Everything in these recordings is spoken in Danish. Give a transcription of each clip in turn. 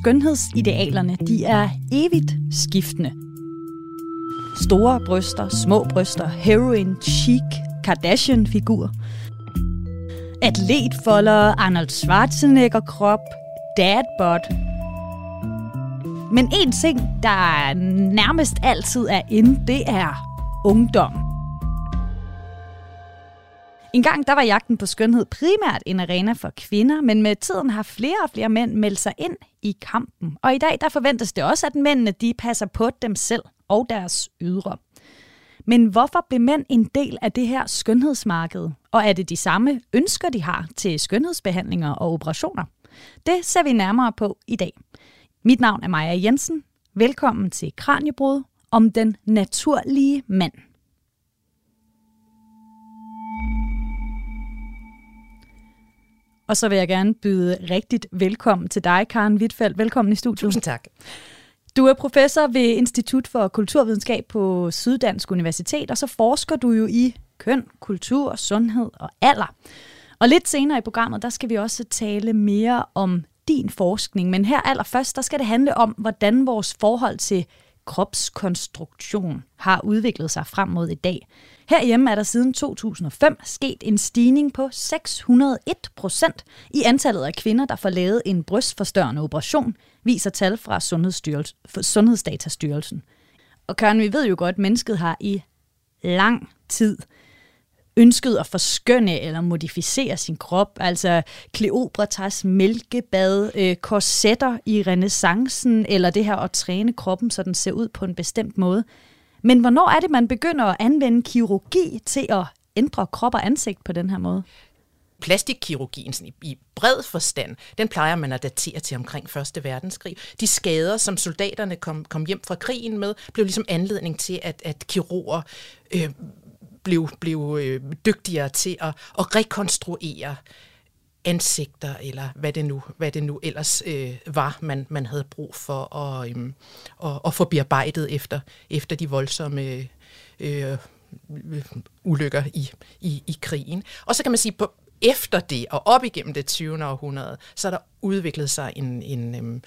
skønhedsidealerne, de er evigt skiftende. Store bryster, små bryster, heroin, chic, Kardashian-figur. Atletfolder, Arnold Schwarzenegger-krop, dadbod. Men en ting, der nærmest altid er inde, det er ungdom. En gang der var jagten på skønhed primært en arena for kvinder, men med tiden har flere og flere mænd meldt sig ind i kampen. Og i dag der forventes det også, at mændene de passer på dem selv og deres ydre. Men hvorfor blev mænd en del af det her skønhedsmarked? Og er det de samme ønsker, de har til skønhedsbehandlinger og operationer? Det ser vi nærmere på i dag. Mit navn er Maja Jensen. Velkommen til Kraniebrud om den naturlige mand. Og så vil jeg gerne byde rigtigt velkommen til dig, Karen Huitfeldt. Velkommen i studiet. Tusind tak. Du er professor ved Institut for Kulturvidenskab på Syddansk Universitet, og så forsker du jo i køn, kultur, sundhed og alder. Og lidt senere i programmet, der skal vi også tale mere om din forskning. Men her allerførst, der skal det handle om, hvordan vores forhold til kropskonstruktion har udviklet sig frem mod i dag. Herhjemme er der siden 2005 sket en stigning på 601% i antallet af kvinder, der får lavet en brystforstørrende operation, viser tal fra Sundhedsdatastyrelsen. Og Karen, vi ved jo godt, at mennesket har i lang tid ønsket at forskønne eller modificere sin krop, altså Kleopatas mælkebad, korsetter i renæssancen, eller det her at træne kroppen, så den ser ud på en bestemt måde. Men hvornår er det, man begynder at anvende kirurgi til at ændre krop og ansigt på den her måde? Plastikkirurgien i bred forstand, den plejer man at datere til omkring 1. verdenskrig. De skader, som soldaterne kom hjem fra krigen med, blev ligesom anledning til, at kirurger blev dygtigere til at rekonstruere ansigter, eller hvad det nu ellers var, man havde brug for at få bearbejdet efter de voldsomme ulykker i krigen. Og så kan man sige, efter det og op igennem det 20. århundrede, så er der udviklet sig en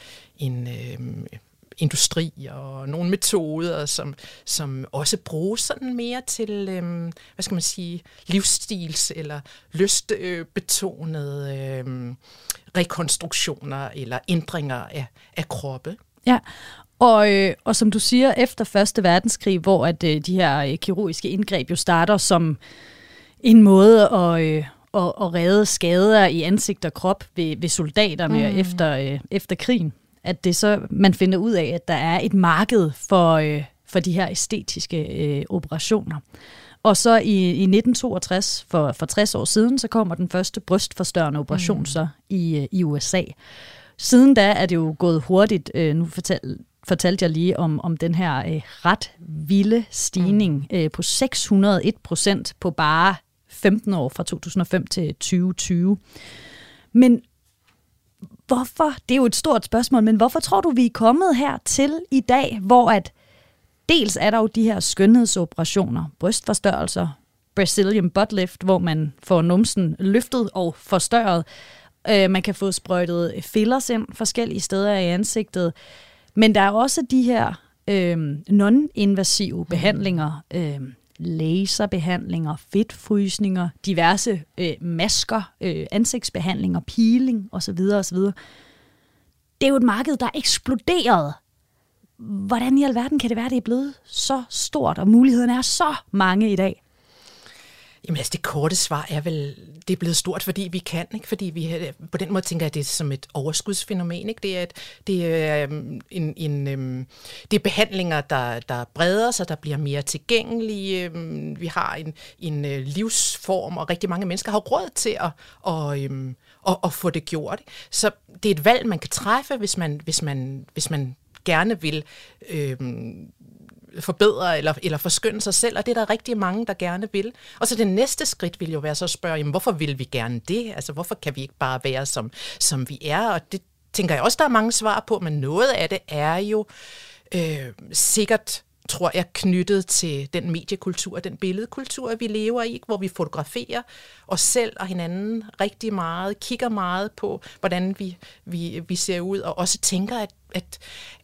industri og nogle metoder, som også bruges sådan mere til, hvad skal man sige, livsstils- eller lystbetonede rekonstruktioner eller ændringer af kroppe. Ja, og som du siger, efter 1. verdenskrig, hvor at de her kirurgiske indgreb jo starter som en måde at redde skader i ansigt og krop ved soldaterne efter krigen, at det så man finder ud af, at der er et marked for de her æstetiske operationer. Og så i 1962, for 60 år siden, så kommer den første brystforstørrende operation så i USA. Siden da er det jo gået hurtigt. Nu fortalte jeg lige om den her ret vilde stigning på 601% på bare 15 år fra 2005 til 2020. Men hvorfor? Det er jo et stort spørgsmål, men hvorfor tror du, vi er kommet her til i dag, hvor at dels er der jo de her skønhedsoperationer, brystforstørrelser, Brazilian butt lift, hvor man får numsen løftet og forstørret. Man kan få sprøjtet fillers ind forskellige steder i ansigtet. Men der er også de her non-invasive behandlinger, laserbehandlinger, fedtfrysninger, diverse masker, ansigtsbehandlinger, peeling osv. osv. Det er jo et marked, der er eksploderet. Hvordan i alverden kan det være, det er blevet så stort, og mulighederne er så mange i dag? Jamen altså det korte svar er vel, det er blevet stort, fordi vi kan, ikke? Fordi vi på den måde tænker jeg, at det er som et overskudsfænomen, ikke? Det er behandlinger, der breder sig, der bliver mere tilgængelige. Vi har en livsform, og rigtig mange mennesker har råd til at få det gjort. Så det er et valg, man kan træffe, hvis man gerne vil forbedre eller forskønne sig selv, og det er der rigtig mange, der gerne vil. Og så det næste skridt vil jo være så at spørge, jamen, hvorfor vil vi gerne det? Altså, hvorfor kan vi ikke bare være, som vi er? Og det tænker jeg også, der er mange svar på, men noget af det er jo sikkert tror jeg, knyttet til den mediekultur, den billedkultur, vi lever i, hvor vi fotograferer os selv og hinanden rigtig meget, kigger meget på, hvordan vi ser ud, og også tænker, at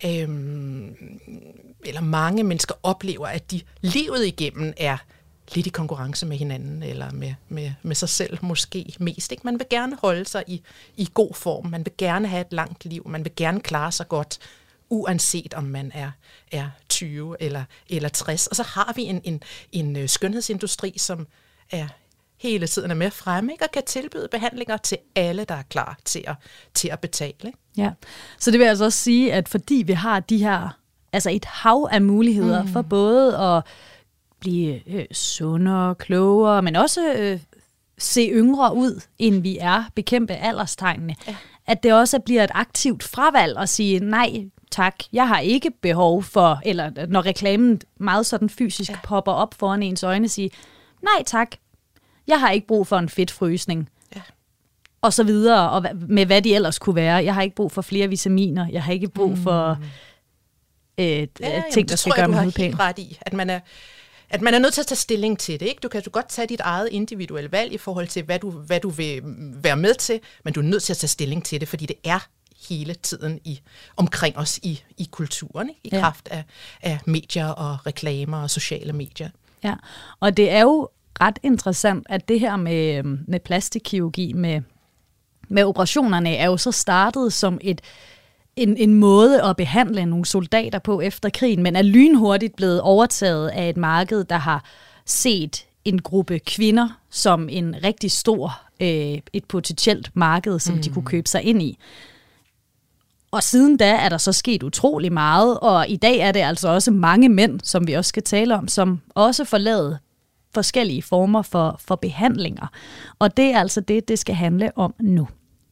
eller mange mennesker oplever, at de livet igennem er lidt i konkurrence med hinanden, eller med sig selv måske mest. Ikke? Man vil gerne holde sig i god form, man vil gerne have et langt liv, man vil gerne klare sig godt, uanset om man er 20 eller 60. Og så har vi en skønhedsindustri, som hele tiden er med fremme, ikke? Og kan tilbyde behandlinger til alle, der er klar til at betale. Ikke? Ja, så det vil altså også sige, at fordi vi har de her, altså et hav af muligheder for både at blive sundere, klogere, men også se yngre ud, end vi er, bekæmpe alderstegnene, at det også bliver et aktivt fravalg at sige, nej tak, jeg har ikke behov for, eller når reklamen meget sådan fysisk popper op foran ens øjne, sige, nej tak, jeg har ikke brug for en fedtfrysning. Og så videre, og med hvad de ellers kunne være. Jeg har ikke brug for flere vitaminer, jeg har ikke brug for ting, der skal gøre mig pæn. Det tror jeg, du har helt ret i, at man er nødt til at tage stilling til det. Ikke? Du kan godt tage dit eget individuelle valg i forhold til, hvad du vil være med til, men du er nødt til at tage stilling til det, fordi det er hele tiden omkring os i kulturen, ikke? I kraft af medier og reklamer og sociale medier. Ja, og det er jo ret interessant, at det her med plastikkirurgi, med operationerne, er jo så startet som en måde at behandle nogle soldater på efter krigen, men er lynhurtigt blevet overtaget af et marked, der har set en gruppe kvinder som en rigtig stor, et potentielt marked, som de kunne købe sig ind i. Og siden da er der så sket utrolig meget, og i dag er det altså også mange mænd, som vi også skal tale om, som også får lavet forskellige former for behandlinger. Og det er altså det skal handle om nu.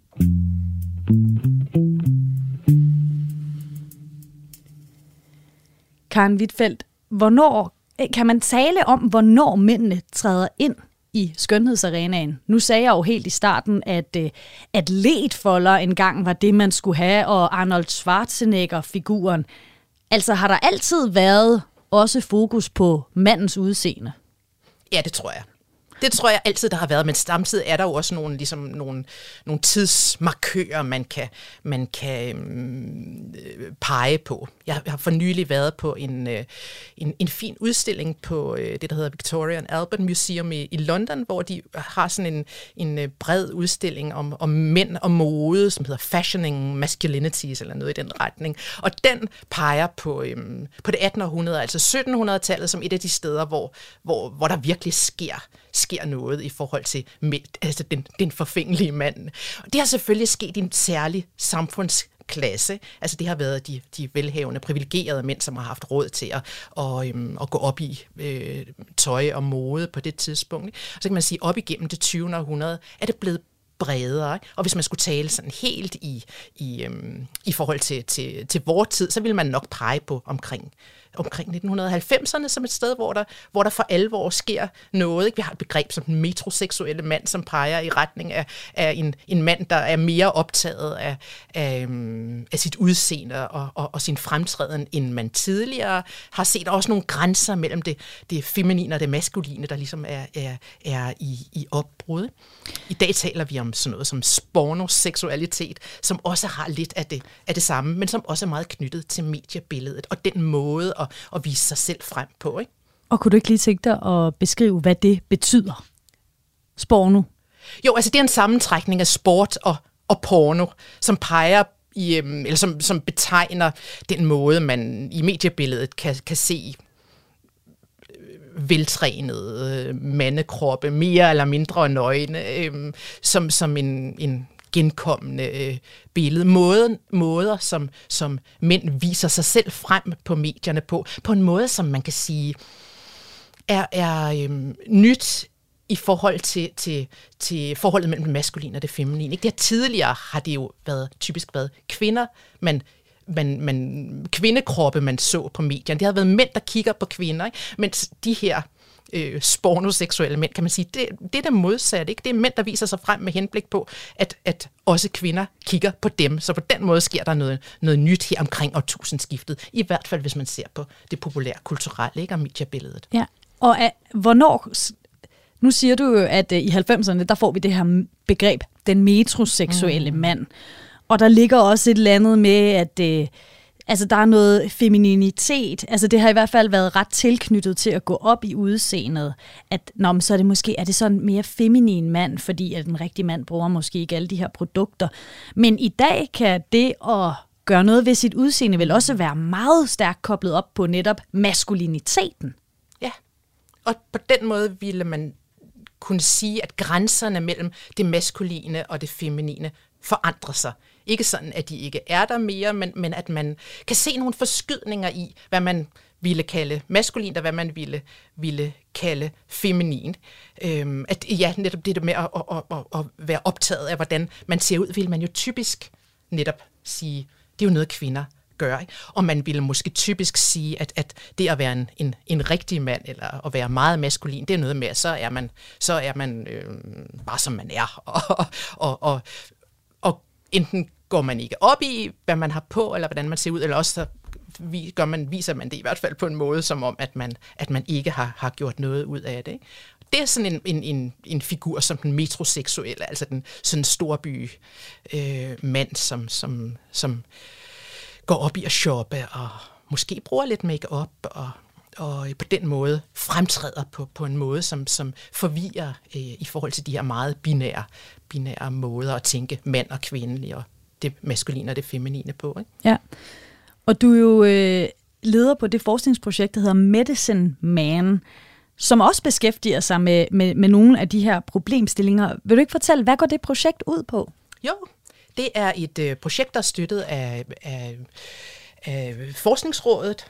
Karen Huitfeldt, kan man tale om, hvornår mændene træder ind i skønhedsarenaen? Nu sagde jeg jo helt i starten, at atletfolder engang var det, man skulle have, og Arnold Schwarzenegger-figuren. Altså har der altid været også fokus på mandens udseende? Ja, det tror jeg. Det tror jeg altid, der har været, men samtidig er der jo også nogle tidsmarkører, man kan pege på. Jeg har for nylig været på en fin udstilling på det, der hedder Victoria and Albert Museum i London, hvor de har sådan en bred udstilling om mænd og mode, som hedder Fashioning Masculinities, eller noget i den retning. Og den peger på det 18. århundrede, altså 1700-tallet, som et af de steder, hvor der virkelig sker noget i forhold til altså den forfængelige mand. Det har selvfølgelig sket i en særlig samfundsklasse. Altså det har været de velhavende, privilegerede mænd, som har haft råd til at gå op i tøj og mode på det tidspunkt. Så kan man sige, op igennem det 20. århundrede er det blevet bredere. Ikke? Og hvis man skulle tale sådan helt i forhold til vores tid, så ville man nok pege på omkring 1990'erne som et sted, hvor der for alvor sker noget. Ikke? Vi har et begreb som den metroseksuelle mand, som peger i retning af en mand, der er mere optaget af sit udseende og sin fremtræden, end man tidligere har set. Der er også nogle grænser mellem det feminine og det maskuline, der ligesom er i opbrud. I dag taler vi om sådan noget som spornoseksualitet, som også har lidt af det samme, men som også er meget knyttet til mediebilledet og den måde at vise sig selv frem på. Ikke? Og kunne du ikke lige tænke dig at beskrive, hvad det betyder? Sporno? Jo, altså det er en sammentrækning af sport og porno, som peger eller som betegner den måde, man i mediebilledet kan se veltrænede mandekroppe, mere eller mindre nøgne, som en genkommende billede. Måder, som mænd viser sig selv frem på medierne på en måde, som man kan sige er nyt i forhold til forholdet mellem det maskuline og det feminine. Ikke? Tidligere har det jo typisk været kvinder, kvindekroppe, man så på medierne. Det har været mænd, der kigger på kvinder, ikke? Mens de her spornoseksuelle mænd, kan man sige. Det er det modsatte, ikke? Det er mænd, der viser sig frem med henblik på, at også kvinder kigger på dem. Så på den måde sker der noget nyt her omkring årtusindskiftet. I hvert fald, hvis man ser på det populære kulturelle, ikke? Og mediebilledet. Ja, og hvornår... Nu siger du jo, at i 90'erne, der får vi det her begreb, den metroseksuelle mand. Og der ligger også et eller andet med, at der er noget femininitet. Altså det har i hvert fald været ret tilknyttet til at gå op i udseendet. At så er det måske er det sådan en mere feminin mand, fordi at en rigtig mand bruger måske ikke alle de her produkter. Men i dag kan det at gøre noget ved sit udseende vel også være meget stærkt koblet op på netop maskuliniteten. Ja, og på den måde ville man kunne sige, at grænserne mellem det maskuline og det feminine forandrer sig. Ikke sådan, at de ikke er der mere, men at man kan se nogle forskydninger i, hvad man ville kalde maskulin, og hvad man ville kalde feminin. Netop det der med at være optaget af, hvordan man ser ud, vil man jo typisk netop sige, det er jo noget, kvinder gør. Ikke? Og man ville måske typisk sige, at det at være en rigtig mand, eller at være meget maskulin, det er noget med, at så er man bare som man er. Og enten går man ikke op i, hvad man har på, eller hvordan man ser ud, eller også så viser man det i hvert fald på en måde, som om, at man ikke har gjort noget ud af det. Ikke? Det er sådan en figur som den metroseksuelle, altså den sådan storby mand, som går op i at shoppe, og måske bruger lidt make-up, og på den måde fremtræder på en måde, som forvirrer i forhold til de her meget binære måder at tænke mand og kvinde, og det maskuline og det feminine på. Ikke? Ja, og du er jo leder på det forskningsprojekt, der hedder Medicine Man, som også beskæftiger sig med nogle af de her problemstillinger. Vil du ikke fortælle, hvad går det projekt ud på? Jo, det er et projekt, der er støttet af Forskningsrådet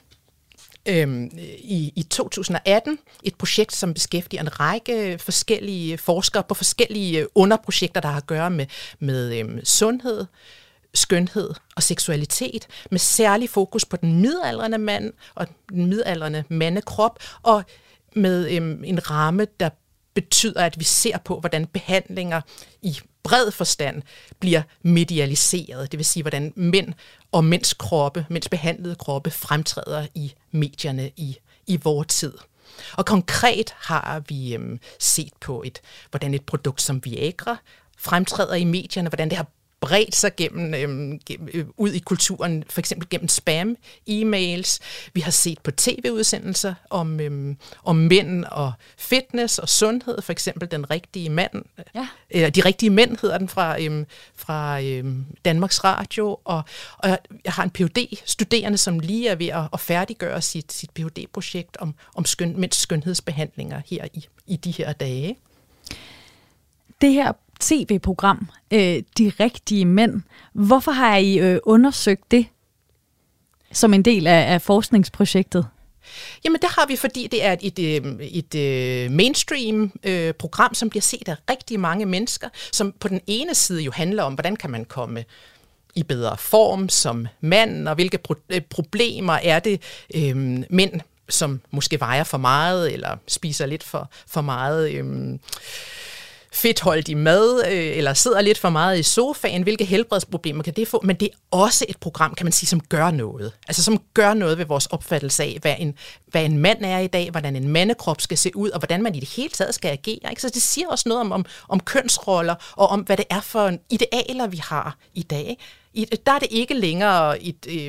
i 2018. Et projekt, som beskæftiger en række forskellige forskere på forskellige underprojekter, der har at gøre med sundhed, skønhed og seksualitet, med særlig fokus på den midaldrende mand og den midaldrende mandekrop, og med en ramme, der betyder, at vi ser på, hvordan behandlinger i bred forstand bliver medialiseret. Det vil sige, hvordan mænd og mænds behandlede kroppe fremtræder i medierne i vores tid. Og konkret har vi set på, hvordan et produkt som Viagra fremtræder i medierne, hvordan det har bredt sig ud i kulturen, for eksempel gennem spam, e-mails. Vi har set på tv-udsendelser om mænd og fitness og sundhed, for eksempel Den rigtige mand. Ja. De rigtige mænd hedder den fra Danmarks Radio, og jeg har en Ph.D.-studerende, som lige er ved at færdiggøre sit Ph.D.-projekt om mænds skønhedsbehandlinger her i de her dage. Det her tv-program, De rigtige mænd. Hvorfor har I undersøgt det som en del af forskningsprojektet? Jamen det har vi, fordi det er et mainstream program, som bliver set af rigtig mange mennesker, som på den ene side jo handler om, hvordan kan man komme i bedre form som mand, og hvilke problemer er det mænd, som måske vejer for meget, eller spiser lidt for meget fedtholdig mad, eller sidder lidt for meget i sofaen, hvilke helbredsproblemer kan det få? Men det er også et program, kan man sige, som gør noget. Altså som gør noget ved vores opfattelse af, hvad en mand er i dag, hvordan en mandekrop skal se ud, og hvordan man i det hele taget skal agere. Ikke? Så det siger også noget om kønsroller, og om hvad det er for idealer, vi har i dag. Der er det ikke længere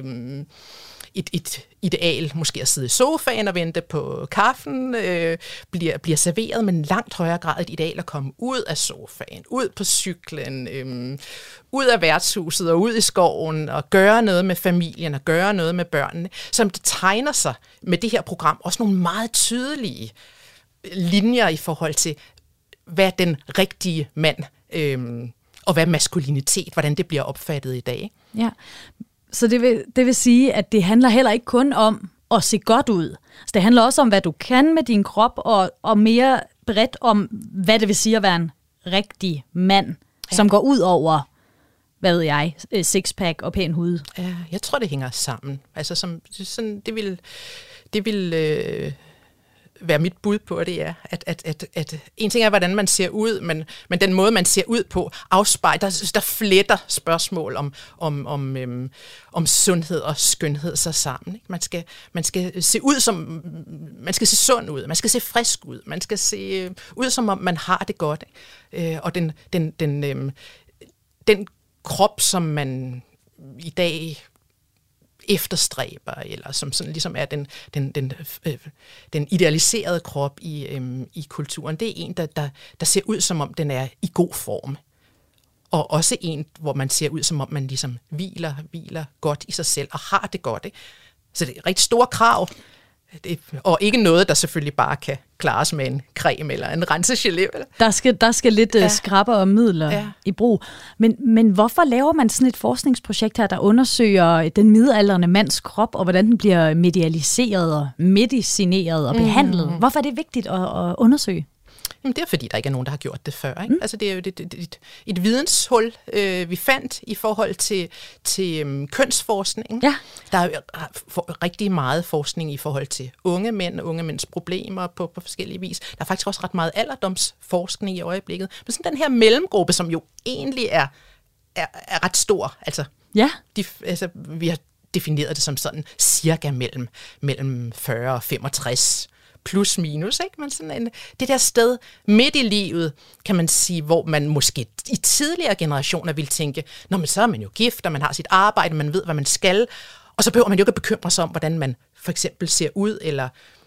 et ideal, måske at sidde i sofaen og vente på kaffen, bliver serveret, men langt højere grad et ideal at komme ud af sofaen, ud på cyklen, ud af værtshuset og ud i skoven og gøre noget med familien og gøre noget med børnene, som det tegner sig med det her program også nogle meget tydelige linjer i forhold til, hvad den rigtige mand og hvad maskulinitet, hvordan det bliver opfattet i dag. Ja. Så det vil sige, at det handler heller ikke kun om at se godt ud. Så det handler også om, hvad du kan med din krop, og mere bredt om, hvad det vil sige at være en rigtig mand, som går ud over, hvad ved jeg, sixpack og pæn hud. Ja, jeg tror, det hænger sammen. Altså, det vil være mit bud på det, er, at en ting er, hvordan man ser ud, men den måde, man ser ud på, afspejler, der fletter spørgsmål om sundhed og skønhed sig sammen. Ikke? Man skal se ud som, man skal se sund ud, man skal se frisk ud, man skal se ud, som om man har det godt. Ikke? Og den krop, som man i dag efterstræber, eller som sådan ligesom er den idealiserede krop i kulturen, det er en, der ser ud, som om den er i god form. Og også en, hvor man ser ud, som om man ligesom hviler godt i sig selv, og har det godt. Ikke? Så det er et rigtig store krav, og ikke noget, der selvfølgelig bare kan klares med en creme eller en rensegelé. Der skal lidt skrapper og midler i brug. Men hvorfor laver man sådan et forskningsprojekt her, der undersøger den midaldrende mands krop, og hvordan den bliver medialiseret og medicineret og behandlet? Hvorfor er det vigtigt at undersøge? Jamen, det er fordi, der ikke er nogen, der har gjort det før. Ikke? Altså, det er jo et videnshul, vi fandt i forhold til kønsforskning. Ja. Der er jo rigtig meget forskning i forhold til unge mænd og unge mænds problemer på forskellige vis. Der er faktisk også ret meget alderdomsforskning i øjeblikket. Men sådan den her mellemgruppe, som jo egentlig er ret stor. Altså, vi har defineret det som sådan cirka mellem 40 og 65 plus minus, ikke? Men sådan det der sted midt i livet, kan man sige, hvor man måske i tidligere generationer ville tænke, nå, men så er man jo gift, og man har sit arbejde, man ved, hvad man skal, og så behøver man jo ikke at bekymre sig om, hvordan man for eksempel ser ud, eller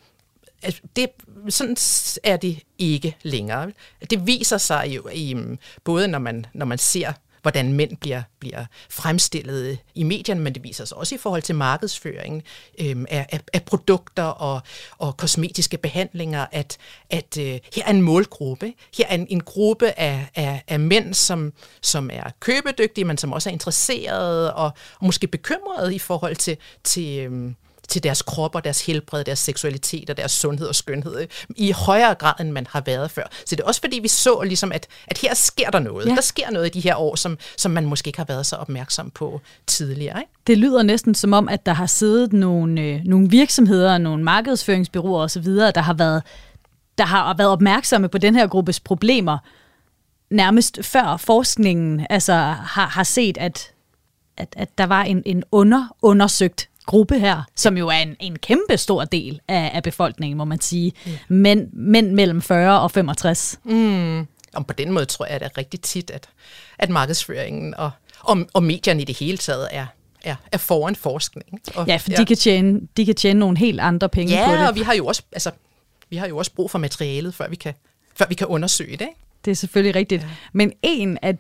sådan er det ikke længere. Det viser sig jo både når man ser, hvordan mænd bliver fremstillet i medierne, men det viser sig også i forhold til markedsføringen af produkter og kosmetiske behandlinger, at her er en målgruppe. Her er en gruppe af mænd, som er købedygtige, men som også er interesserede og måske bekymrede i forhold til deres krop og deres helbred, deres seksualitet og deres sundhed og skønhed i højere grad, end man har været før. Så det er også fordi, vi så ligesom, at her sker der noget. Ja. Der sker noget i de her år, som man måske ikke har været så opmærksom på tidligere. Ikke? Det lyder næsten som om, at der har siddet nogle virksomheder, nogle markedsføringsbureauer osv., der har været opmærksomme på den her gruppes problemer, nærmest før forskningen har set, at der var en undersøgt gruppe her, som jo er en kæmpe stor del af befolkningen, må man sige. Mænd mellem 40 og 65. Og på den måde tror jeg, at det er rigtig tit, at markedsføringen og medierne i det hele taget er foran forskning. Og, for de kan tjene nogle helt andre penge på det. Ja, og vi har jo også brug for materialet, før vi kan undersøge det. Ikke? Det er selvfølgelig rigtigt. Ja. Men en af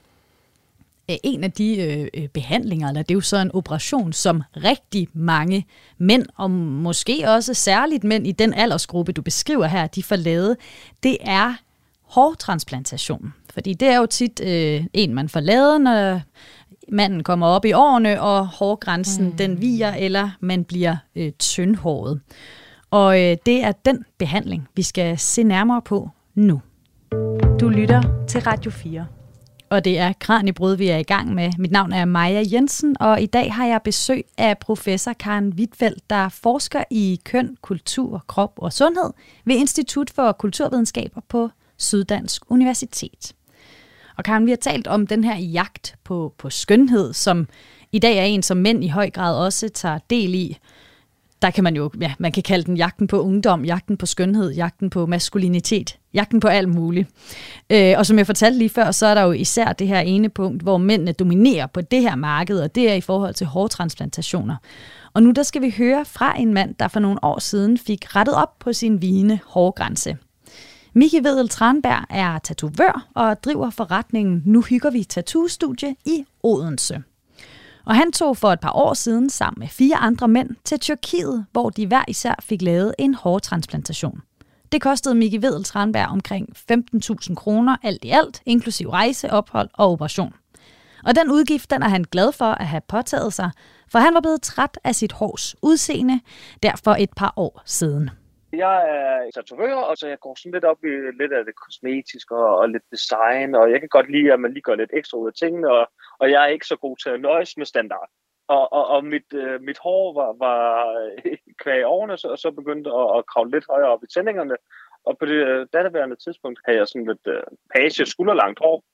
de behandlinger, eller det er jo så en operation, som rigtig mange mænd, og måske også særligt mænd i den aldersgruppe, du beskriver her, de får lavet, det er hårtransplantation. Fordi det er jo tit en, man får lavet, når manden kommer op i årene, og hårgrænsen den viger, eller man bliver tyndhåret. Og det er den behandling, vi skal se nærmere på nu. Du lytter til Radio 4. Og det er Kraniebrud, vi er i gang med. Mit navn er Maja Jensen, og i dag har jeg besøg af professor Karen Huitfeldt, der forsker i køn, kultur, krop og sundhed ved Institut for Kulturvidenskaber på Syddansk Universitet. Og Karen, vi har talt om den her jagt på skønhed, som i dag er en, som mænd i høj grad også tager del i. Der kan man jo, man kan kalde den jagten på ungdom, jagten på skønhed, jagten på maskulinitet, jagten på alt muligt. Og som jeg fortalte lige før, så er der jo især det her ene punkt, hvor mændene dominerer på det her marked, og det er i forhold til hårtransplantationer. Og nu der skal vi høre fra en mand, der for nogle år siden fik rettet op på sin vigende hårgrænse. Micke Vedel Tranberg er tatovør og driver forretningen Nu Hygger Vi Tattoo-studie i Odense. Og han tog for et par år siden sammen med 4 andre mænd til Tyrkiet, hvor de hver især fik lavet en hårtransplantation. Det kostede Micke Vedel Tranberg omkring 15.000 kroner alt i alt, inklusiv rejse, ophold og operation. Og den udgift, den er han glad for at have påtaget sig, for han var blevet træt af sit hårs udseende, derfor et par år siden. Jeg er tatovør, og så jeg går sådan lidt op i lidt af det kosmetiske og lidt design, og jeg kan godt lide, at man lige gør lidt ekstra ud af tingene, og jeg er ikke så god til at nøjes med standard. Og mit hår var kvæg i årene, så begyndte at kravle lidt højere op i tændingerne. Og på det daværende tidspunkt havde jeg sådan lidt page skulderlangt hår,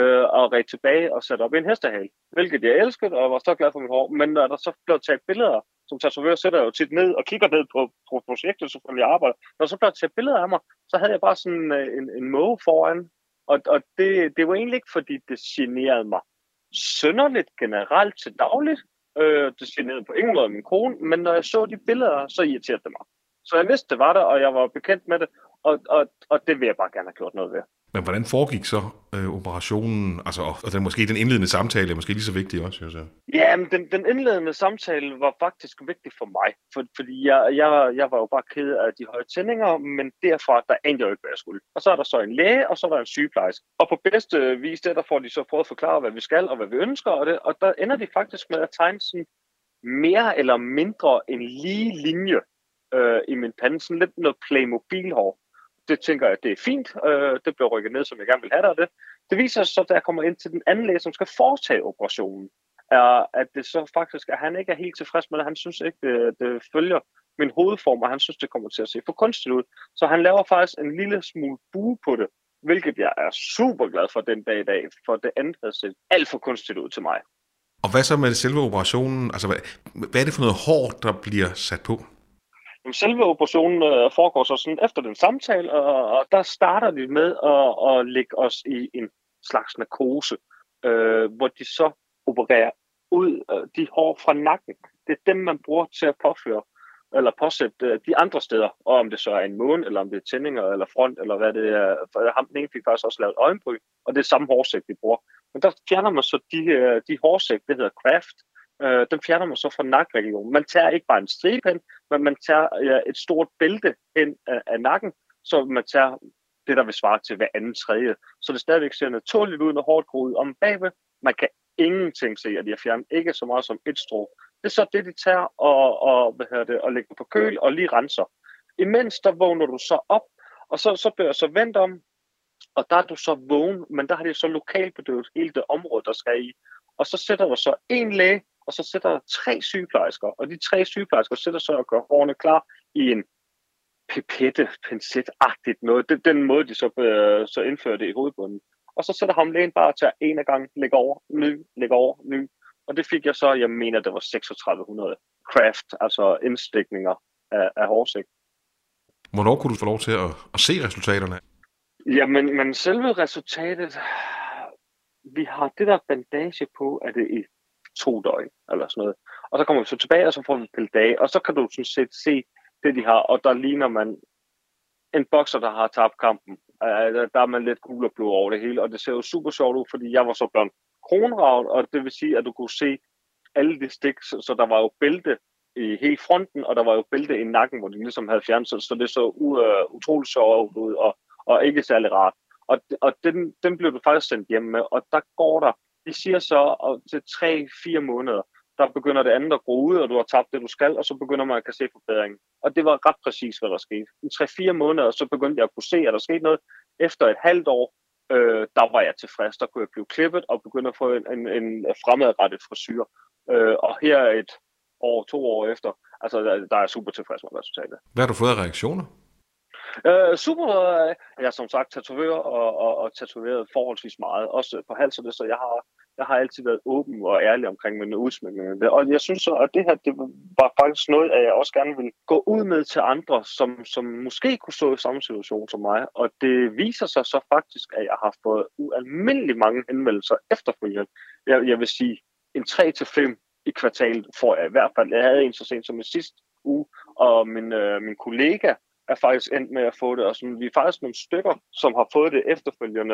og red tilbage og satte op i en hestehale, hvilket jeg elskede, og var så glad for mit hår. Men når der så blev taget billeder, som tatovør sætter jeg jo tit ned og kigger ned på projektet, selvfølgelig jeg arbejder. Når der så blev taget billeder af mig, så havde jeg bare sådan en måge foran. Og det var egentlig ikke, fordi det generede mig synderligt generelt til dagligt. Det generede på ingen måde min kone, men når jeg så de billeder, så irriterede det mig. Så jeg vidste, det var der, og jeg var bekendt med det, og det vil jeg bare gerne have gjort noget ved. Men hvordan foregik så operationen, altså, og den indledende samtale er måske lige så vigtig også, jeg så? Ja, men den indledende samtale var faktisk vigtig for mig, fordi jeg var jo bare ked af de høje tændinger, men derfra, der anede jeg jo ikke, hvad jeg skulle. Og så er der så en læge, og så var der en sygeplejerske. Og på bedste vis, der får de så prøvet at forklare, hvad vi skal, og hvad vi ønsker, og der ender de faktisk med at tegne sådan mere eller mindre en lige linje i min pande, sådan lidt noget Playmobil-hår. Det tænker jeg, det er fint. Det bliver rykket ned, som jeg gerne vil have det. Det viser sig så, da jeg kommer ind til den anden læge, som skal foretage operationen, at det så faktisk, at han ikke er helt tilfreds med det. Han synes ikke, det følger min hovedform, og han synes, det kommer til at se for kunstigt ud. Så han laver faktisk en lille smule bue på det, hvilket jeg er super glad for den dag i dag, for det andet havde set alt for kunstigt ud til mig. Og hvad så med selve operationen? Altså, hvad er det for noget hår, der bliver sat på? Selve operationen foregår så sådan efter den samtale, og der starter de med at lægge os i en slags narkose, hvor de så opererer ud de hår fra nakken. Det er dem, man bruger til at påføre eller påsætte de andre steder, og om det så er en måne, eller om det er tændinger, eller front, eller hvad det er. For ham den ene fik faktisk også lavet øjenbryn, og det er samme hårsæk, de bruger. Men der fjerner man så de hårsæk, det hedder Craft. Den fjerner man så fra nakregionen. Man tager ikke bare en stribe hen, men man tager et stort bælte hen af nakken, så man tager det, der vil svare til hver anden tredje. Så det stadigvæk ser naturligt ud, når hårdt går ud om bagved. Man kan ingenting se, at de har fjernet ikke så meget som et strå. Det er så det, de tager og lægger på køl og lige renser. Imens der vågner du så op, og så bliver jeg så vendt om, og der er du så vågen, men der har de så lokalbedøvet hele det område, der skal i. Og så sætter der så en læge, og så sætter der 3 sygeplejersker, og de 3 sygeplejersker sætter så og gør hårene klar i en pincet-agtigt noget. Det er den måde, de så indfører det i hovedbunden. Og så sætter ham lægen bare til en af gangen, lægger over, ny. Og det fik jeg så, jeg mener, det var 3600 Craft, altså indstikninger af hårsæk. Hvornår kunne du få lov til at se resultaterne? Jamen, men selve resultatet, vi har det der bandage på, at det er i 2 døgn, eller sådan noget. Og så kommer vi så tilbage, og så får vi dage, og så kan du sådan set se det, de har, og der ligner man en bokser, der har tabt kampen. Der er man lidt gul og blå over det hele, og det ser jo super sjovt ud, fordi jeg var så blevet kronravet, og det vil sige, at du kunne se alle de stik, så der var jo bælte i hele fronten, og der var jo bælte i nakken, hvor de ligesom havde fjernet, så det så utroligt sjovt ud, og ikke særlig rart. Og den blev du faktisk sendt hjem med, og der går der, de siger så, at til 3-4 måneder, der begynder det andet at gro ud, og du har tabt det, du skal, og så begynder man at kan se forbedringen. Og det var ret præcis, hvad der skete. I 3-4 måneder, så begyndte jeg at kunne se, at der skete noget. Efter et halvt år, der var jeg tilfreds. Der kunne jeg blive klippet og begynde at få en fremadrettet frisyr. Og her 2 år efter, altså der er jeg super tilfreds med resultatet. Hvad har du fået af reaktioner? Super. Jeg er som sagt tatovør og tatoveret forholdsvis meget, også på halsen, så jeg har altid været åben og ærlig omkring min udsmykning. Og jeg synes så, at det her, det var faktisk noget, at jeg også gerne ville gå ud med til andre, som måske kunne stå i samme situation som mig. Og det viser sig så faktisk, at jeg har fået ualmindelig mange henvendelser efterfølgende. Jeg vil sige, en 3-5 i kvartalet får jeg i hvert fald. Jeg havde en så sent som i sidste uge, og min kollega er faktisk endt med at få det, og sådan, vi er faktisk nogle stykker, som har fået det efterfølgende,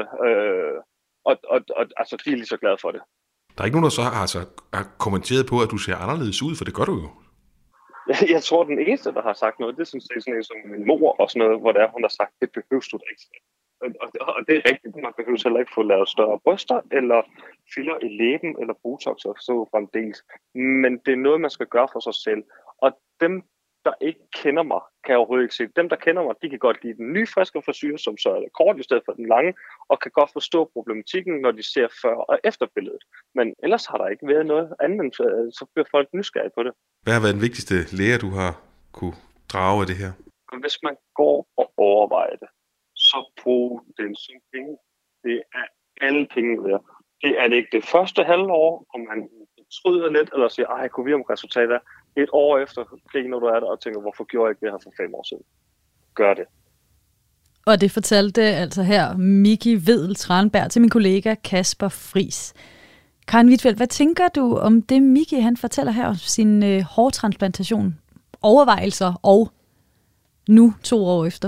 og altså, de er lige så glade for det. Der er ikke nogen, der så har kommenteret på, at du ser anderledes ud, for det gør du jo. Jeg tror, den eneste, der har sagt noget, det er sådan en som min mor og sådan noget, hvor der hun har sagt, det behøves du da ikke. Og det er rigtigt, man behøver heller ikke få lavet større bryster, eller filler i læben, eller botox og så fremdeles. Men det er noget, man skal gøre for sig selv. Og dem der ikke kender mig, kan overhovedet ikke se. Dem, der kender mig, de kan godt lide den nye friske frisyr, som så er kort i stedet for den lange, og kan godt forstå problematikken, når de ser før- og efterbilledet. Men ellers har der ikke været noget andet, så bliver folk nysgerrige på det. Hvad har været den vigtigste lære, du har kunne drage af det her? Hvis man går og overvejer det, så brug den som penge. Det er alle penge værd. Det er det ikke det første halvår, om man tryder lidt, eller siger, ej, kunne vi om resultater. Et år efter griner du af det og tænker, hvorfor gjorde jeg ikke det her for 5 år siden? Gør det. Og det fortalte altså her Miki Vedel Tranberg til min kollega Kasper Friis. Karen Huitfeldt, hvad tænker du om det, Miki han fortæller her om sin hårtransplantation, overvejelser og nu 2 år efter?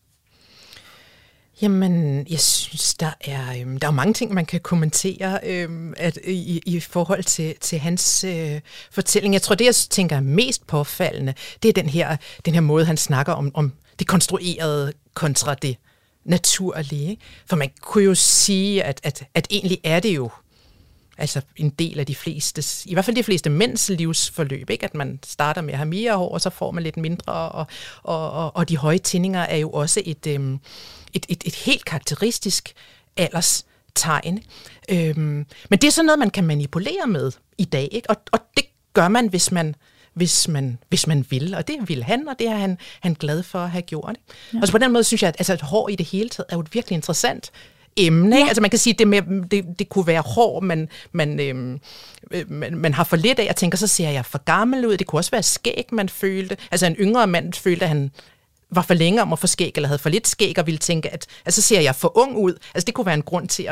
Jamen, jeg synes, der er mange ting, man kan kommentere i forhold til hans fortælling. Jeg tror, det jeg tænker er mest påfaldende, det er den her måde, han snakker om det konstruerede kontra det naturlige. Ikke? For man kunne jo sige, at egentlig er det jo altså en del af i hvert fald de fleste mænds livsforløb, ikke? At man starter med at have mere hår, og så får man lidt mindre, og de høje tinninger er jo også et helt karakteristisk alderstegn. Men det er sådan noget, man kan manipulere med i dag, ikke? Og det gør man, hvis man vil, og det vil han, og det er han glad for at have gjort. Ja. Og så på den måde synes jeg, at et hår i det hele taget er jo et virkelig interessant emne. Ja. Altså man kan sige, det kunne være hår, man har for lidt af. Jeg tænker, så ser jeg for gammel ud. Det kunne også være skæg, man følte. Altså en yngre mand følte, at han var for længe om at få skæg, eller havde for lidt skæg, og ville tænke, at så ser jeg for ung ud. Altså det kunne være en grund til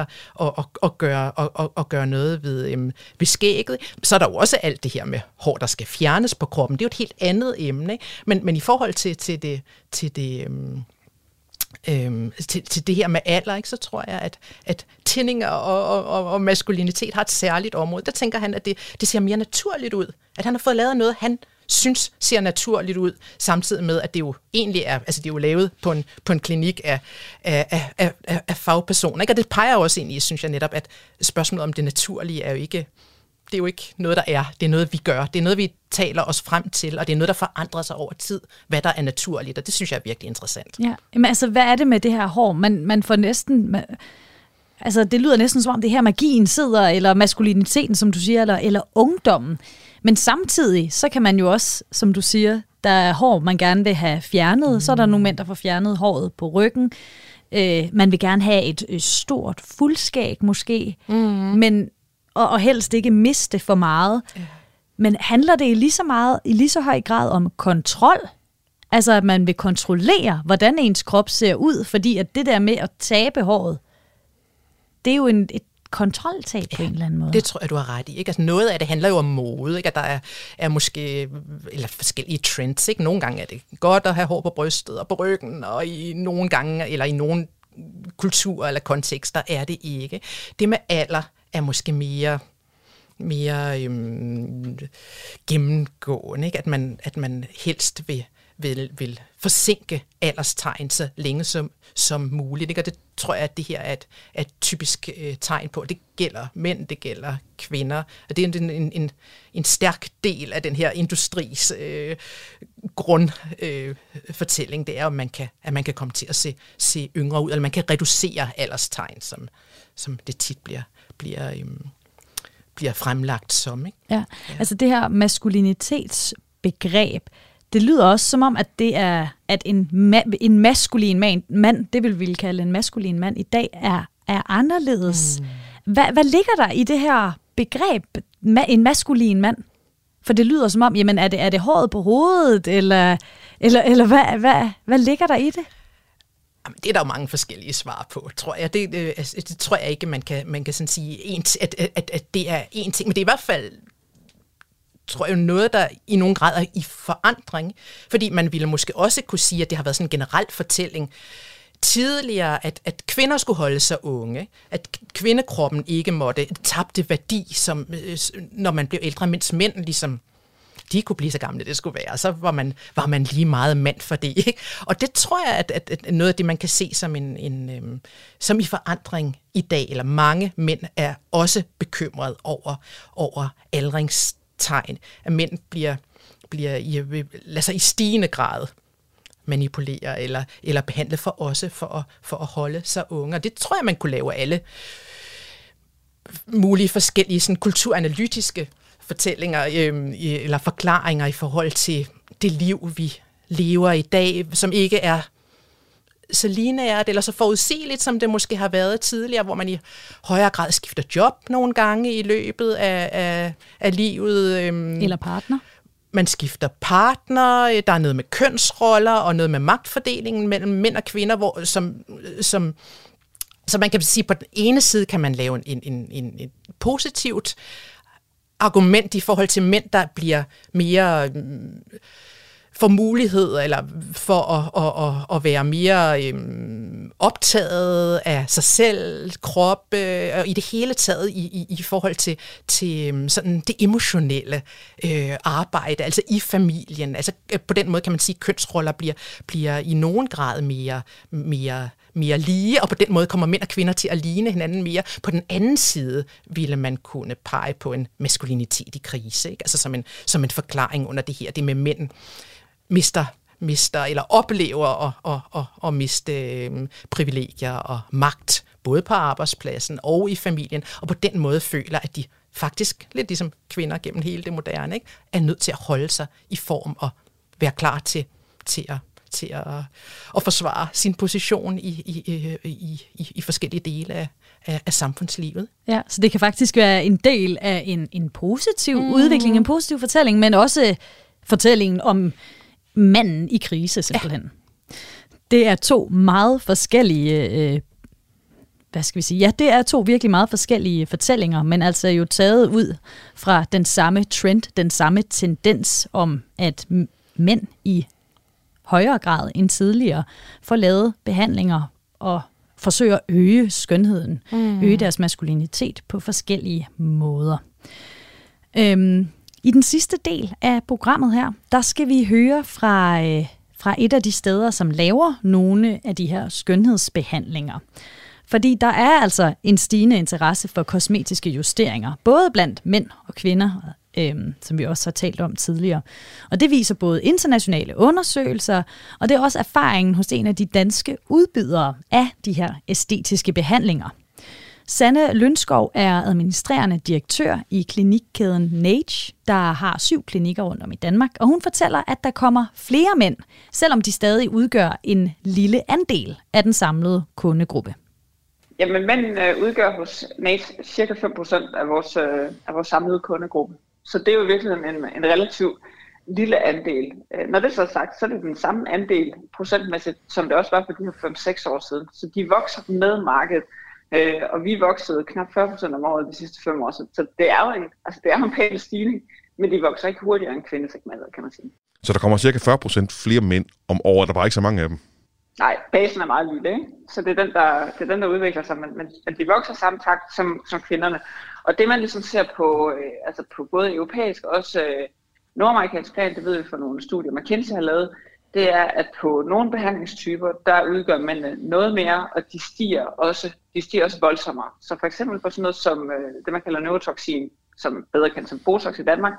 at gøre noget ved skægget. Så er der jo også alt det her med hår, der skal fjernes på kroppen. Det er jo et helt andet emne. Ikke? Men i forhold til det her med alder, ikke, så tror jeg, at tinninger og maskulinitet har et særligt område. Der tænker han, at det ser mere naturligt ud. At han har fået lavet noget, han synes ser naturligt ud, samtidig med, at det jo egentlig er, altså det er jo lavet på en klinik af fagpersoner. Ikke? Og det peger også ind i, synes jeg netop, at spørgsmålet om det naturlige er jo ikke, det er jo ikke noget, der er. Det er noget, vi gør. Det er noget, vi taler os frem til, og det er noget, der forandrer sig over tid, hvad der er naturligt, og det synes jeg er virkelig interessant. Ja, men altså, hvad er det med det her hår? Man får næsten... Altså, det lyder næsten som om det her magien sidder, eller maskuliniteten, som du siger, eller ungdommen. Men samtidig, så kan man jo også, som du siger, der er hår, man gerne vil have fjernet. Så er der nogle mænd, der får fjernet håret på ryggen. Man vil gerne have et stort fuldskæg måske, men og helst ikke miste for meget. Men handler det i lige så høj grad om kontrol? Altså, at man vil kontrollere, hvordan ens krop ser ud, fordi at det der med at tabe håret, det er jo et kontroltab på en eller anden måde. Det tror jeg, du har ret i. Ikke? Altså noget af det handler jo om mode, ikke? At der er måske eller forskellige trends. Ikke? Nogle gange er det godt at have hår på brystet og på ryggen, og i nogle gange, eller i nogle kulturer eller kontekster, er det ikke. Det med alder er måske mere gennemgående, ikke? At man helst vil forsinke alderstegn så længe som muligt. Ikke? Og det tror jeg, at det her er et typisk tegn på. Det gælder mænd, det gælder kvinder. Og det er en stærk del af den her industris grundfortælling. Det er, at man kan komme til at se yngre ud, eller man kan reducere alderstegn, som det tit bliver fremlagt som. Ikke? Ja, altså det her maskulinitetsbegreb, det lyder også som om, at det er, at en maskulin mand, det vil vi kalde en maskulin mand i dag, er anderledes. Hvad ligger der i det her begreb, en maskulin mand? For det lyder som om, jamen er det håret på hovedet, eller hvad ligger der i det? Jamen, det er der jo mange forskellige svar på, tror jeg. Det tror jeg ikke, man kan sådan sige, at det er én ting, men det er i hvert fald, tror jeg, noget, der i nogen grad er i forandring. Fordi man ville måske også kunne sige, at det har været sådan en generel fortælling tidligere, at kvinder skulle holde sig unge, at kvindekroppen ikke måtte tabte værdi, som, når man blev ældre, mens mænd ligesom de kunne blive så gamle, det skulle være, og så var man lige meget mand for det. Ikke? Og det tror jeg, at noget af det, man kan se som som i forandring i dag, eller mange mænd er også bekymret over aldringstegn, at mænd bliver lader sig i stigende grad manipulere eller behandle for at holde sig unge. Og det tror jeg, man kunne lave alle mulige forskellige sådan, kulturanalytiske fortællinger eller forklaringer i forhold til det liv, vi lever i dag, som ikke er så lineært eller så forudsigeligt, som det måske har været tidligere, hvor man i højere grad skifter job nogle gange i løbet af livet. Eller partner. Man skifter partner, der er noget med kønsroller og noget med magtfordelingen mellem mænd og kvinder, så man kan sige, på den ene side kan man lave en positivt argument i forhold til mænd, der bliver mere for mulighed eller for at være mere optaget af sig selv, krop og i det hele taget i forhold til sådan det emotionelle arbejde, altså i familien. Altså på den måde kan man sige, at kønsroller bliver i nogen grad mere lige, og på den måde kommer mænd og kvinder til at ligne hinanden mere. På den anden side ville man kunne pege på en maskulinitet i krise, ikke? Altså som en forklaring under det her, det med mænd mister eller oplever at miste privilegier og magt, både på arbejdspladsen og i familien, og på den måde føler, at de faktisk, lidt ligesom kvinder gennem hele det moderne, ikke, er nødt til at holde sig i form og være klar til at forsvare sin position i forskellige dele af samfundslivet. Ja, så det kan faktisk være en del af en positiv udvikling, en positiv fortælling, men også fortællingen om manden i krise, simpelthen. Ja. Det er to meget forskellige, det er to virkelig meget forskellige fortællinger, men altså jo taget ud fra den samme trend, den samme tendens om, at mænd i højere grad end tidligere får lavet behandlinger og forsøger at øge skønheden, øge deres maskulinitet på forskellige måder. I den sidste del af programmet her, der skal vi høre fra et af de steder, som laver nogle af de her skønhedsbehandlinger. Fordi der er altså en stigende interesse for kosmetiske justeringer, både blandt mænd og kvinder, som vi også har talt om tidligere. Og det viser både internationale undersøgelser, og det er også erfaringen hos en af de danske udbydere af de her æstetiske behandlinger. Sanne Lønskov er administrerende direktør i klinikkæden Nage, der har 7 klinikker rundt om i Danmark, og hun fortæller, at der kommer flere mænd, selvom de stadig udgør en lille andel af den samlede kundegruppe. Jamen, mænd udgør hos Nage cirka 5% af vores samlede kundegruppe. Så det er jo virkelig en relativt lille andel. Når det så er sagt, så er det den samme andel procentmæssigt, som det også var for de her 5-6 år siden. Så de vokser med markedet. Og vi voksede knap 40% om året de sidste 5 år, så det er jo en pæn stigning, men de vokser ikke hurtigere end kvindesegmentet, kan man sige. Så der kommer cirka 40% flere mænd om året, der er bare ikke så mange af dem? Nej, basen er meget lille, ikke? Så det er den, der udvikler sig, men de vokser samme takt som kvinderne. Og det man ligesom ser på både europæisk og også nordamerikansk plan, det ved vi fra nogle studier, McKinsey har lavet, det er, at på nogle behandlingstyper, der udgør mændene noget mere, og de stiger også voldsommere. Så for eksempel på sådan noget som det, man kalder neurotoxin, som bedre kendt som Botox i Danmark,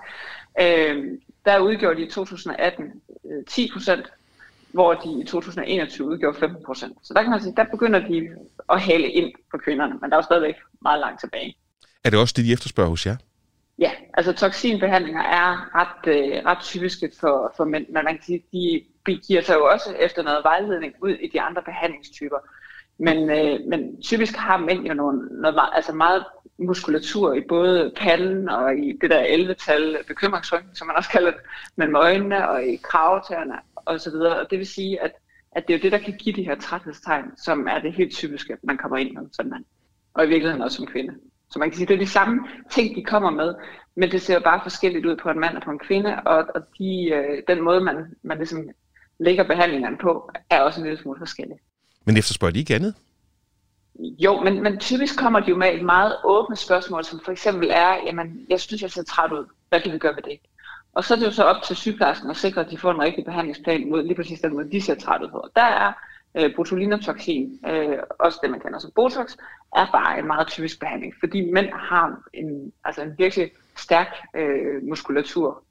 der udgjorde de i 2018 10%, hvor de i 2021 udgjorde 15%. Så der kan man sige, der begynder de at hale ind på kvinderne, men der er jo stadigvæk meget langt tilbage. Er det også det, de efterspørger hos jer? Ja, altså toxinbehandlinger er ret typiske for mænd, men man kan sige, de giver sig jo også efter noget vejledning ud i de andre behandlingstyper. Men typisk har mænd jo noget meget muskulatur i både panden og i det der 11-tal bekymringsryggen, som man også kalder det, mellem øjnene og i kravetæerne osv. Og det vil sige, at det er jo det, der kan give de her træthedstegn, som er det helt typiske, man kommer ind med som mand. Og i virkeligheden også som kvinde. Så man kan sige, det er de samme ting, de kommer med, men det ser jo bare forskelligt ud på en mand og på en kvinde, og den måde, man ligesom lægger behandlingerne på, er også en lille smule forskellig. Men efterspørger de ikke andet? Jo, men typisk kommer de jo med et meget åbne spørgsmål, som for eksempel er, jamen, jeg synes, jeg ser træt ud. Hvad kan vi gøre ved det? Og så er det jo så op til sygeplejersken at sikre, at de får en rigtig behandlingsplan mod lige præcis den måde, de ser træt ud på. Der er botulinumtoxin, også det man kender som Botox, er bare en meget typisk behandling, fordi mænd har en virkelig stærk muskulatur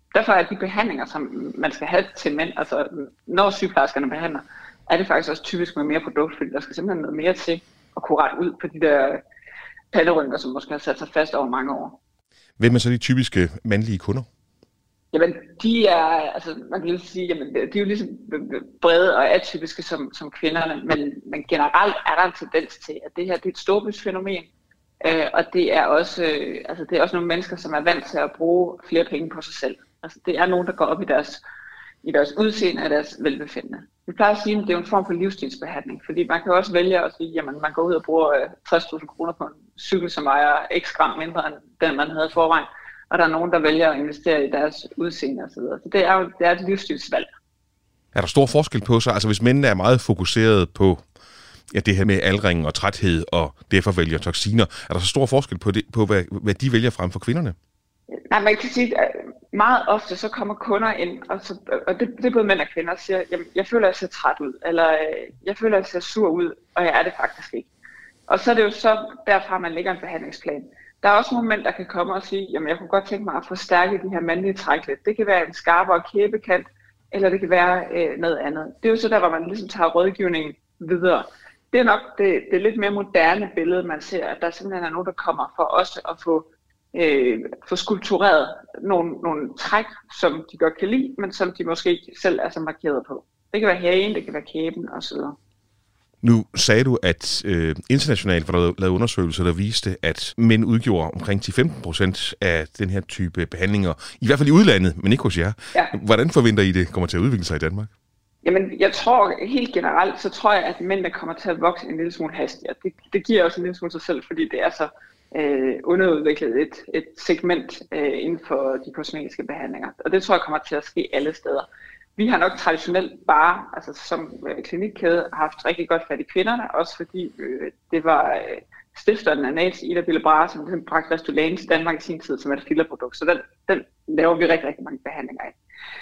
derfor er de behandlinger, som man skal have til mænd, altså når sygeplejerskerne behandler, er det faktisk også typisk med mere produktfyldt. Der skal simpelthen noget mere til at kunne rette ud på de der panderynker, som måske har sat sig fast over mange år. Hvem er så de typiske mandlige kunder? Jamen, de er, altså man kan lige sige, jamen, de er jo ligesom brede og atypiske som kvinderne, men generelt er der en tendens til, at det her det er et storbyfænomen, og det er også, det er også nogle mennesker, som er vant til at bruge flere penge på sig selv. Altså det er nogen, der går op i deres udseende og deres velbefindende. Vi plejer at sige, at det er en form for livsstilsbehandling, fordi man kan også vælge at sige, at man går ud og bruger 60.000 kroner på en cykel, som vejer x gram mindre end den, man havde i forvejen. Og der er nogen, der vælger at investere i deres udseende osv. Så det er et livsstilsvalg. Er der stor forskel på sig? Altså hvis mændene er meget fokuseret på det her med aldring og træthed, og derfor vælger toksiner, er der så stor forskel på hvad de vælger frem for kvinderne? Nej, man kan sige, at meget ofte så kommer kunder ind, og det er både mænd og kvinder, og siger, jamen, jeg føler, at jeg ser træt ud, eller jeg føler, at jeg ser sur ud, og jeg er det faktisk ikke. Og så er det jo så derfra, man lægger en behandlingsplan. Der er også nogle mænd, der kan komme og sige, jamen jeg kunne godt tænke mig at forstærke de her mandlige træk lidt. Det kan være en skarpere kæbekant, eller det kan være noget andet. Det er jo så der, hvor man ligesom tager rådgivningen videre. Det er nok det lidt mere moderne billede, man ser, at der simpelthen er nogen, der kommer for også at få skulptureret nogle træk, som de godt kan lide, men som de måske ikke selv er så markeret på. Det kan være hagen, det kan være kæben osv. Nu sagde du, at internationalt var der lavet undersøgelser, der viste, at mænd udgjorde omkring 10-15% af den her type behandlinger, i hvert fald i udlandet, men ikke hos jer. Ja. Hvordan forventer I, det kommer til at udvikle sig i Danmark? Jamen, jeg tror helt generelt, så tror jeg, at mændene kommer til at vokse en lille smule hastigere. Det giver også en lille smule sig selv, fordi det er så underudviklet et segment inden for de kosmetiske behandlinger. Og det tror jeg kommer til at ske alle steder. Vi har nok traditionelt bare, altså som klinikkæde, haft rigtig godt fat i kvinderne, også fordi det var stifteren af NATS, Ida Bille Brahe, som bragte Restylane til Danmark i sin tid, som er et fillerprodukt. Så den laver vi rigtig, rigtig mange behandlinger af.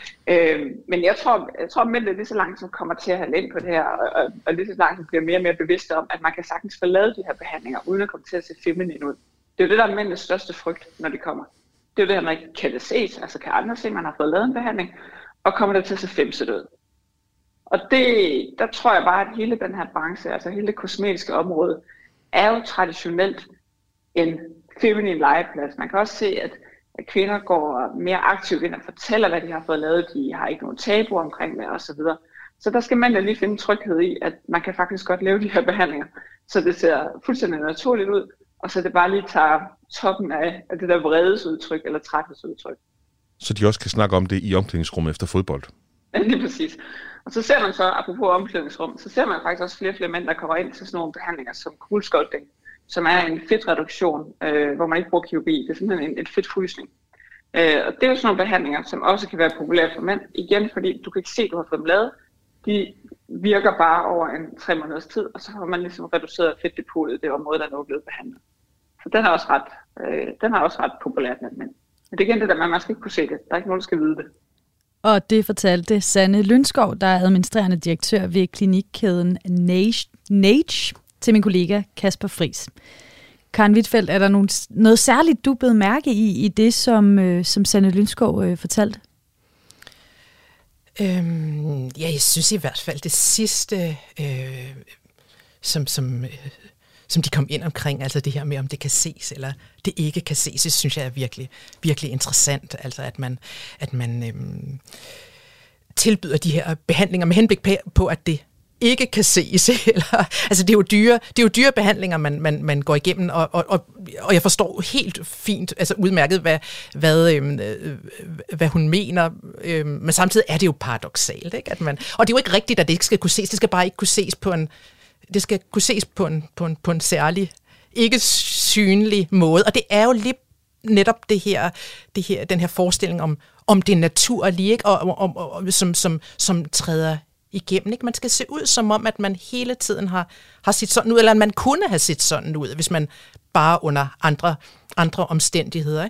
Men jeg tror at mændene lige så langsomt kommer til at have ind på det her, og lige så langsomt bliver mere og mere bevidste om, at man kan sagtens få lavet de her behandlinger, uden at komme til at se feminin ud. Det er jo det, der er mændenes største frygt, når de kommer. Det er jo det her, man ikke kan det ses, altså kan andre se, at man har fået lavet en behandling, og kommer der til at se femset ud. Og der tror jeg bare, at hele den her branche, altså hele det kosmetiske område, er jo traditionelt en feminin legeplads. Man kan også se, at kvinder går mere aktivt ind og fortæller, hvad de har fået lavet. De har ikke nogen tabuer omkring det osv. Så der skal man da lige finde tryghed i, at man kan faktisk godt lave de her behandlinger, så det ser fuldstændig naturligt ud, og så det bare lige tager toppen af det der vredesudtryk eller træthedsudtryk. Så de også kan snakke om det i omklædningsrummet efter fodbold? Ja, lige præcis. Og så ser man så, apropos omklædningsrum, så ser man faktisk også flere mænd, der kommer ind til sådan nogle behandlinger som cool sculpting, som er en fedtreduktion, hvor man ikke bruger kirurgi. Det er simpelthen en fedtfrysning. Og det er jo sådan nogle behandlinger, som også kan være populære for mænd. Igen, fordi du kan ikke se, at du har fået dem lavet. De virker bare over en 3 måneders tid, og så har man ligesom reduceret fedtdepotet i det område, der nu er blevet behandlet. Så den er også ret populær blandt mænd. Men det er igen det der, man skal ikke kunne se det. Der er ikke nogen, der skal vide det. Og det fortalte Sanne Lynskov, der er administrerende direktør ved klinikkæden NATS, til min kollega Kasper Friis. Karen Huitfeldt, er der noget særligt, du blev mærke i det, som Sanne Lynskov fortalte? Ja, jeg synes i hvert fald det sidste, som de kom ind omkring, altså det her med, om det kan ses eller det ikke kan ses, det synes jeg er virkelig, virkelig interessant. Altså at man tilbyder de her behandlinger med henblik på, at det ikke kan ses. Altså det er jo dyre behandlinger, man går igennem, og jeg forstår helt fint, altså udmærket, hvad hun mener, men samtidig er det jo paradoksalt, ikke? Og det er jo ikke rigtigt, at det ikke skal kunne ses, det skal bare ikke kunne ses det skal kunne ses på en særlig, ikke synlig måde, og det er jo lige netop den her forestilling om det naturlige, ikke? Og som træder igennem, ikke? Man skal se ud som om, at man hele tiden har set sådan ud, eller at man kunne have set sådan ud, hvis man bare under andre omstændigheder,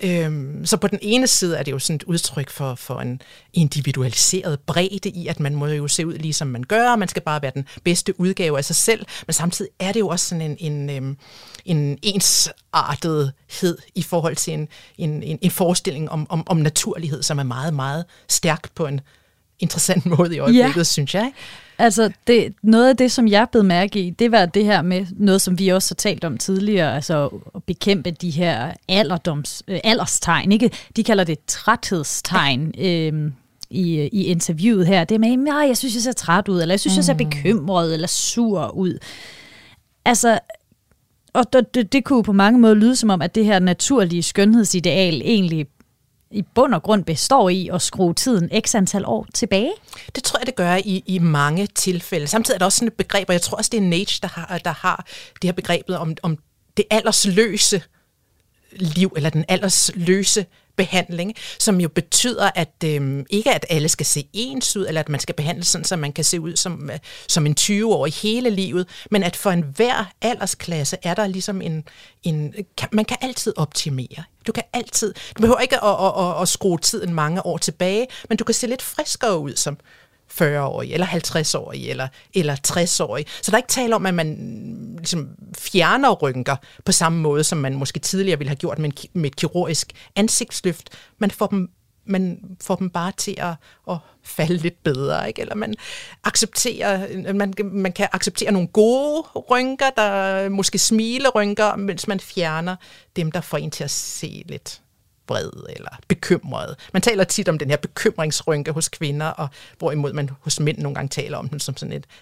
Så på den ene side er det jo sådan et udtryk for en individualiseret bredde i, at man må jo se ud ligesom man gør, og man skal bare være den bedste udgave af sig selv, men samtidig er det jo også sådan en ensartethed i forhold til en forestilling om naturlighed, som er meget, meget stærk på en interessant måde i øjeblikket, synes jeg. Altså, noget af det, som jeg blev mærke i, det var det her med noget, som vi også har talt om tidligere, altså at bekæmpe de her alderstegn, ikke? De kalder det træthedstegn i interviewet her. Det med, jeg synes, jeg ser træt ud, eller jeg synes, jeg ser bekymret eller sur ud. Altså, og det kunne på mange måder lyde som om, at det her naturlige skønhedsideal egentlig i bund og grund består i at skrue tiden x antal år tilbage? Det tror jeg, det gør i mange tilfælde. Samtidig er der også sådan et begreb, og jeg tror også, det er Nage, der har det her begrebet om det aldersløse liv, eller den aldersløse behandling, som jo betyder, at ikke at alle skal se ens ud, eller at man skal behandles sådan, så man kan se ud som en 20-årig hele livet, men at for enhver aldersklasse er der ligesom man kan altid optimere. Du behøver ikke at skrue tiden mange år tilbage, men du kan se lidt friskere ud som 40-årig, eller 50-årig, eller 60-årig. Så der er ikke tale om, at man ligesom fjerner rynker på samme måde, som man måske tidligere ville have gjort med et kirurgisk ansigtsløft. Man får dem bare til at falde lidt bedre, ikke? Eller man kan acceptere nogle gode rynker, der måske smilerynker, mens man fjerner dem, der får en til at se lidt vred eller bekymret. Man taler tit om den her bekymringsrynke hos kvinder, og hvorimod man hos mænd nogle gange taler om den som sådan et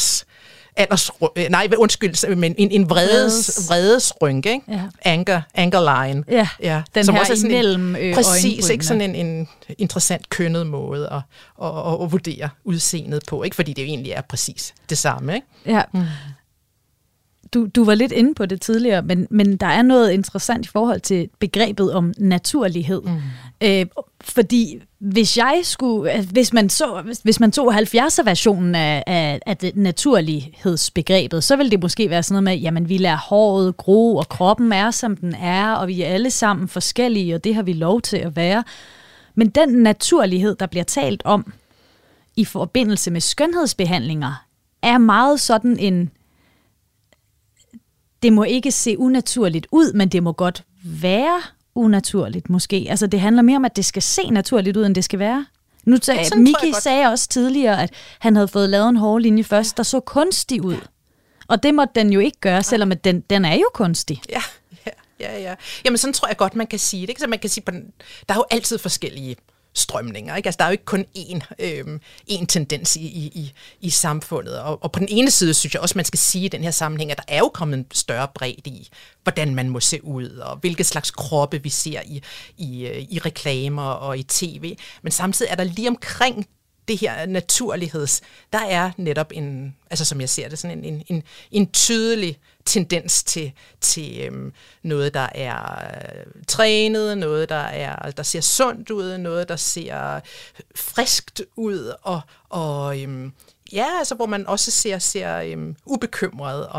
en vredesrynke, ikke? Ja. Anger line. Ja, den som her også er imellem præcis, ikke sådan en interessant kønnet måde at vurdere udseendet på, ikke? Fordi det jo egentlig er præcis det samme, ikke? Ja. Du var lidt inde på det tidligere, men der er noget interessant i forhold til begrebet om naturlighed. Fordi hvis man tog 70'er-versionen af det naturlighedsbegrebet, så ville det måske være sådan noget med, jamen vi lader håret gro, og kroppen er, som den er, og vi er alle sammen forskellige, og det har vi lov til at være. Men den naturlighed, der bliver talt om i forbindelse med skønhedsbehandlinger, er meget sådan en det må ikke se unaturligt ud, men det må godt være unaturligt måske. Altså det handler mere om, at det skal se naturligt ud, end det skal være. Nu Miki sagde også tidligere, at han havde fået lavet en hårlinje først, der så kunstig ud. Og det måtte den jo ikke gøre, selvom at den er jo kunstig. Ja. Jamen sådan tror jeg godt, man kan sige det. Ikke? Så man kan sige, der er jo altid forskellige strømninger. Ikke? Altså, der er jo ikke kun én tendens i samfundet. Og på den ene side synes jeg også, man skal sige i den her sammenhæng, at der er jo kommet en større bredde i, hvordan man må se ud, og hvilke slags kroppe vi ser i reklamer og i tv. Men samtidig er der lige omkring det her naturligheds, der er netop som jeg ser det, sådan en tydelig tendens til noget, der er trænet, noget, der ser sundt ud, noget, der ser friskt ud, altså hvor man også ser ubekymret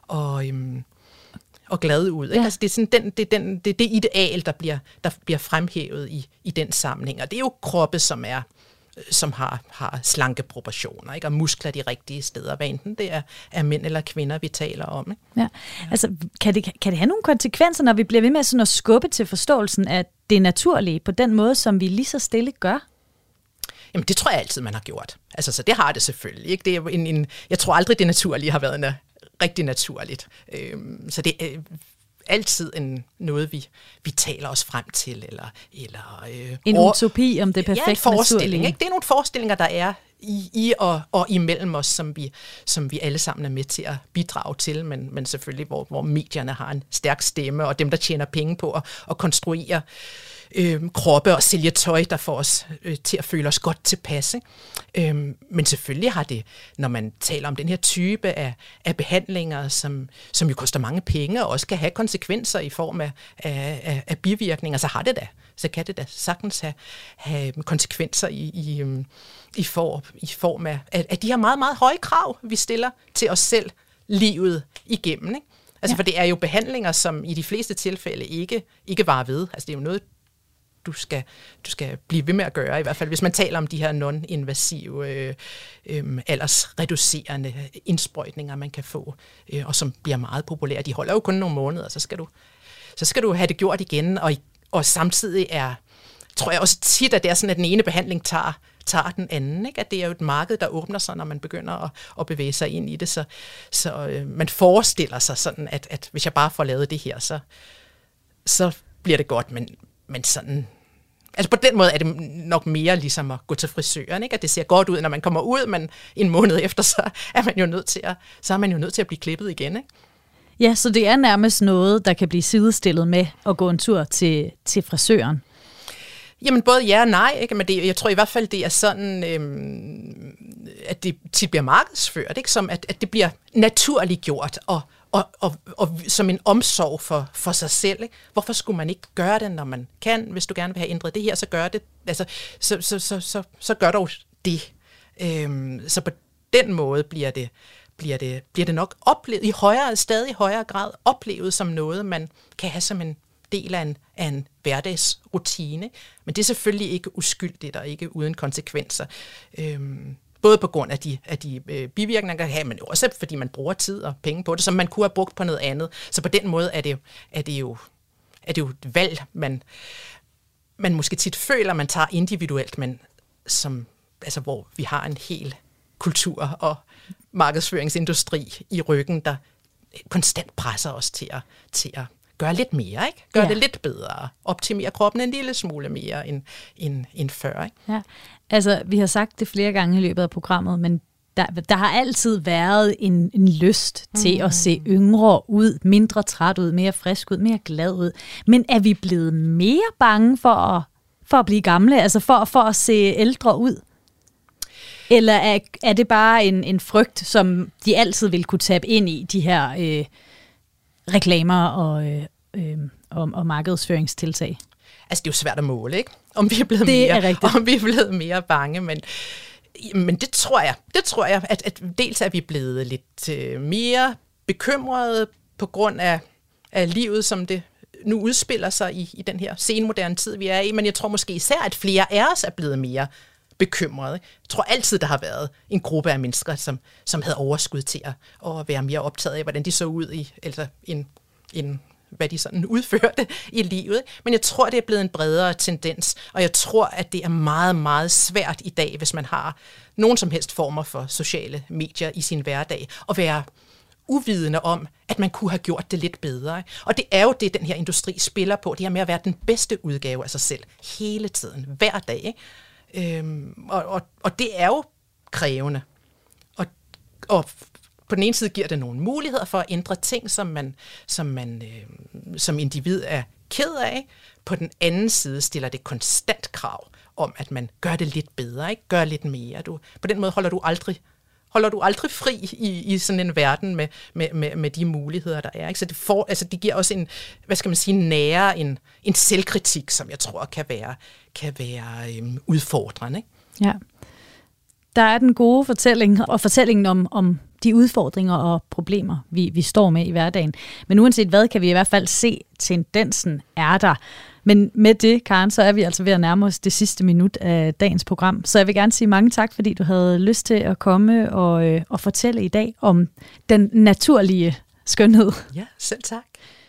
og glad ud. Ikke? Ja. Altså, det er sådan det ideal, der bliver fremhævet i den sammenhæng, og det er jo kroppe, som har slanke proportioner, ikke? Og muskler de rigtige steder, hvad enten det er mænd eller kvinder, vi taler om. Ikke? Ja. Altså, kan det have nogle konsekvenser, når vi bliver ved med sådan at skubbe til forståelsen af det naturlige på den måde, som vi lige så stille gør? Jamen, det tror jeg altid, man har gjort. Altså, så det har det selvfølgelig. Ikke? Det er jeg tror aldrig, det naturlige har været rigtig naturligt. Så det altid noget, vi taler os frem til, eller en utopi om det perfekte en forestilling, ikke? Det er nogle forestillinger, der er i og imellem os, som vi alle sammen er med til at bidrage til, men selvfølgelig, hvor medierne har en stærk stemme, og dem, der tjener penge på at konstruere kroppe og sælge tøj, der får os til at føle os godt tilpasse. Men selvfølgelig har det, når man taler om den her type af behandlinger, som jo koster mange penge, og også kan have konsekvenser i form af bivirkninger, så kan det da sagtens have konsekvenser i form af at de her meget, meget høje krav, vi stiller til os selv livet igennem, ikke? Altså, for det er jo behandlinger, som i de fleste tilfælde ikke varer ved. Altså, det er jo noget, du skal blive ved med at gøre, i hvert fald hvis man taler om de her non-invasive, aldersreducerende indsprøjtninger, man kan få, og som bliver meget populære. De holder jo kun nogle måneder, så skal du have det gjort igen, og samtidig tror jeg også tit, at det er sådan, at den ene behandling tager den anden, ikke? At det er jo et marked, der åbner sig, når man begynder at bevæge sig ind i det, så man forestiller sig sådan, at hvis jeg bare får lavet det her, så bliver det godt, men sådan, altså på den måde er det nok mere ligesom at gå til frisøren, ikke? At det ser godt ud, når man kommer ud, men en måned efter, så er man jo nødt til at blive klippet igen, ikke? Ja, så det er nærmest noget, der kan blive sidestillet med at gå en tur til frisøren. Jamen både ja og nej, ikke? Men jeg tror i hvert fald, det er sådan, at det tit bliver markedsført, ikke? Som at det bliver naturligt gjort, og som en omsorg for sig selv. Ikke? Hvorfor skulle man ikke gøre det, når man kan? Hvis du gerne vil have ændret det her, så gør det. Altså, så gør du det. Så på den måde bliver det nok oplevet stadig højere grad oplevet som noget, man kan have som en del af en hverdagsrutine. Men det er selvfølgelig ikke uskyldigt og ikke uden konsekvenser. Både på grund af de bivirkninger, man kan have, men også fordi man bruger tid og penge på det, som man kunne have brugt på noget andet. Så på den måde er det jo et valg, man måske tit føler, man tager individuelt, men hvor vi har en hel kultur og markedsføringsindustri i ryggen, der konstant presser os til at gøre lidt mere, ikke? Gøre det lidt bedre. Optimere kroppen en lille smule mere end før, ikke? Ja, altså vi har sagt det flere gange i løbet af programmet, men der har altid været en lyst til at se yngre ud, mindre træt ud, mere frisk ud, mere glad ud. Men er vi blevet mere bange for at blive gamle, altså for at se ældre ud? Eller er det bare en frygt, som de altid vil kunne tabe ind i, de her reklamer og markedsføringstiltag? Altså, det er jo svært at måle, ikke? Om vi er blevet mere bange, men det tror jeg, at dels er vi blevet lidt mere bekymrede på grund af livet, som det nu udspiller sig i den her senmoderne tid, vi er i, men jeg tror måske især, at flere af os er blevet mere bekymrede. Jeg tror altid, der har været en gruppe af mennesker, som havde overskud til at være mere optaget af, hvordan de så ud hvad de sådan udførte i livet. Men jeg tror, det er blevet en bredere tendens, og jeg tror, at det er meget, meget svært i dag, hvis man har nogen som helst former for sociale medier i sin hverdag, at være uvidende om, at man kunne have gjort det lidt bedre. Og det er jo det, den her industri spiller på, det her med at være den bedste udgave af sig selv hele tiden, hver dag. Og det er jo krævende. Og på den ene side giver det nogle muligheder for at ændre ting, som man som individ er ked af. På den anden side stiller det konstant krav om, at man gør det lidt bedre, ikke? Gør lidt mere. På den måde holder du aldrig fri i sådan en verden med de muligheder, der er. Ikke? Så det giver også en selvkritik, som jeg tror kan være udfordrende. Ikke? Ja. Der er den gode fortælling, og fortællingen om de udfordringer og problemer, vi står med i hverdagen. Men uanset hvad, kan vi i hvert fald se, tendensen er der. Men med det, Karen, så er vi altså ved at nærme os det sidste minut af dagens program. Så jeg vil gerne sige mange tak, fordi du havde lyst til at komme og fortælle i dag om den naturlige skønhed. Ja, selv tak.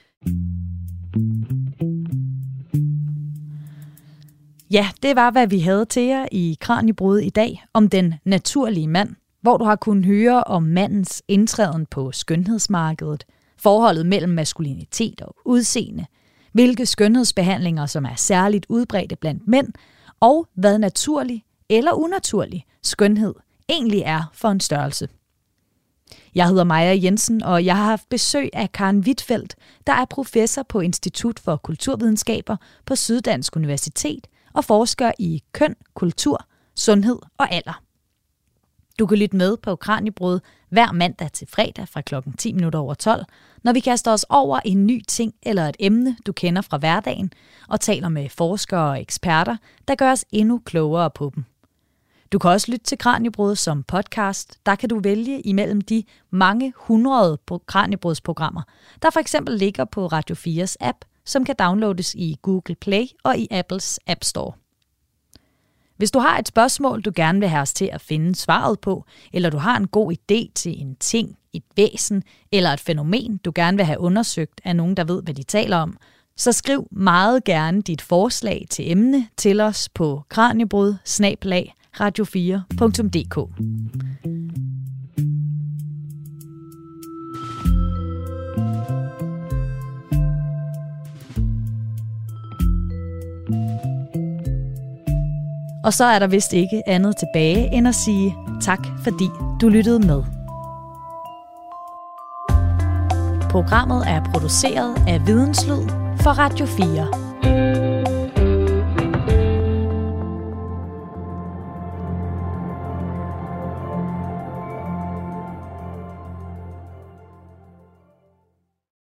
Ja, det var, hvad vi havde til jer i Kraniebrud i dag om den naturlige mand, hvor du har kunnet høre om mandens indtræden på skønhedsmarkedet, forholdet mellem maskulinitet og udseende, hvilke skønhedsbehandlinger, som er særligt udbredte blandt mænd, og hvad naturlig eller unaturlig skønhed egentlig er for en størrelse. Jeg hedder Maja Jensen, og jeg har haft besøg af Karen Huitfeldt, der er professor på Institut for Kulturvidenskaber på Syddansk Universitet og forsker i køn, kultur, sundhed og alder. Du kan lytte med på Kraniebrud hver mandag til fredag fra klokken 10:10, når vi kaster os over en ny ting eller et emne, du kender fra hverdagen, og taler med forskere og eksperter, der gør os endnu klogere på dem. Du kan også lytte til Kraniebrud som podcast. Der kan du vælge imellem de mange hundrede Kraniebrudsprogrammer, der for eksempel ligger på Radio 4's app, som kan downloades i Google Play og i Apples App Store. Hvis du har et spørgsmål, du gerne vil have os til at finde svaret på, eller du har en god idé til en ting, et væsen eller et fænomen, du gerne vil have undersøgt af nogen, der ved, hvad de taler om, så skriv meget gerne dit forslag til emne til os på kraniebrud@radio4.dk. Og så er der vist ikke andet tilbage end at sige tak, fordi du lyttede med. Programmet er produceret af Videnslyd for Radio 4.